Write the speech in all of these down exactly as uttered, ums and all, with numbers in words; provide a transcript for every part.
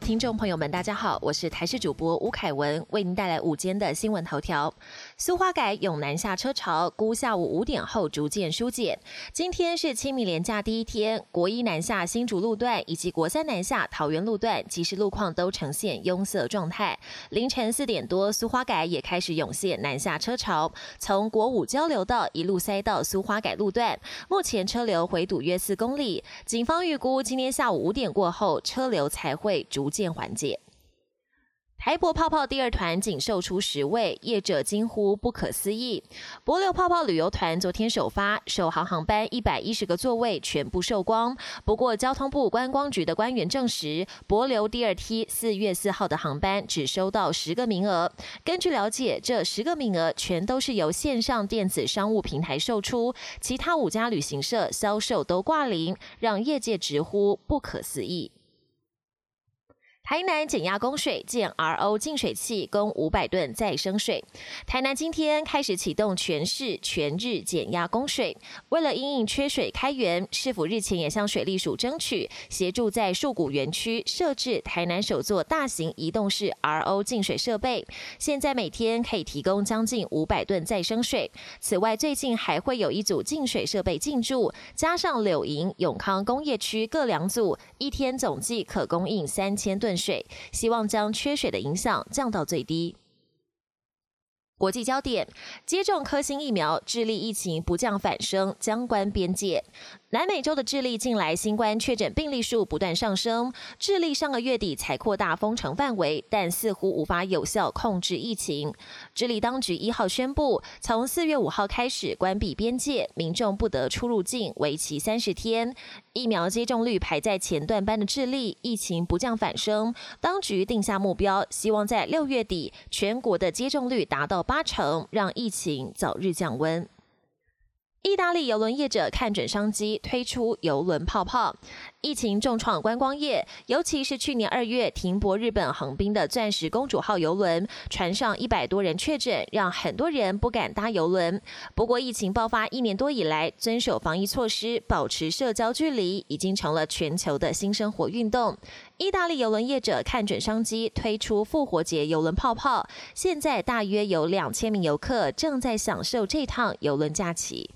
听众朋友们，大家好，我是台视主播吴凯文，为您带来午间的新闻头条。苏花改永南下车潮，估下午五点后逐渐疏解。今天是清明连假第一天，国一南下新竹路段以及国三南下桃园路段，即时路况都呈现拥塞状态。凌晨四点多，苏花改也开始涌现南下车潮，从国五交流道一路塞到苏花改路段，目前车流回堵约四公里。警方预估今天下午五点过后，车流才会逐渐缓解。台博泡泡第二团仅售出十位，业者惊呼不可思议。帛琉泡泡旅游团昨天首发，首航航班一百一十个座位全部售光。不过交通部观光局的官员证实，帛琉第二梯四月四号的航班只收到十个名额。根据了解，这十个名额全都是由线上电子商务平台售出，其他五家旅行社销售都挂零，让业界直呼不可思议。台南减压供水建 R O 净水器供五百吨再生水。台南今天开始启动全市全日减压供水。为了因应缺水开源，市府日前也向水利署争取协助在树谷园区设置台南首座大型移动式 R O 净水设备，现在每天可以提供将近五百吨再生水。此外，最近还会有一组净水设备进驻，加上柳营、永康工业区各两组，一天总计可供应三千吨水，希望将缺水的影响降到最低。国际焦点：接种科兴疫苗，智利疫情不降反升，将关边界。南美洲的智利近来新冠确诊病例数不断上升，智利上个月底才扩大封城范围，但似乎无法有效控制疫情。智利当局一号宣布，从四月五号开始关闭边界，民众不得出入境，为期三十天。疫苗接种率排在前段班的智利，疫情不降反升，当局定下目标，希望在六月底全国的接种率达到八成，让疫情早日降温。意大利邮轮业者看准商机，推出邮轮泡泡。疫情重创观光业，尤其是去年二月停泊日本横滨的钻石公主号邮轮，船上一百多人确诊，让很多人不敢搭邮轮。不过，疫情爆发一年多以来，遵守防疫措施，保持社交距离，已经成了全球的新生活运动。意大利邮轮业者看准商机，推出复活节邮轮泡泡，现在大约有两千名游客正在享受这趟邮轮假期。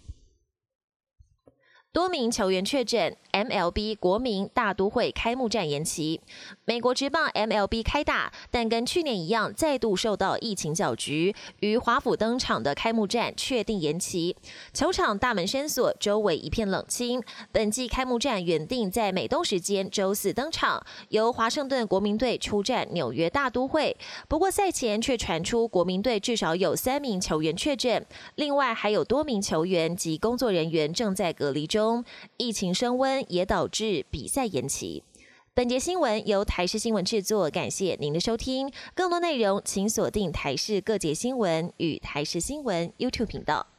多名球员确诊 ，M L B 国民大都会开幕战延期。美国职棒 M L B 开打，但跟去年一样，再度受到疫情搅局，于华府登场的开幕战确定延期。球场大门深锁，周围一片冷清。本季开幕战原定在美东时间周四登场，由华盛顿国民队出战纽约大都会。不过赛前却传出国民队至少有三名球员确诊，另外还有多名球员及工作人员正在隔离中。疫情升温也导致比赛延期。本节新闻由台视新闻制作，感谢您的收听。更多内容请锁定台视各节新闻与台视新闻 YouTube 频道。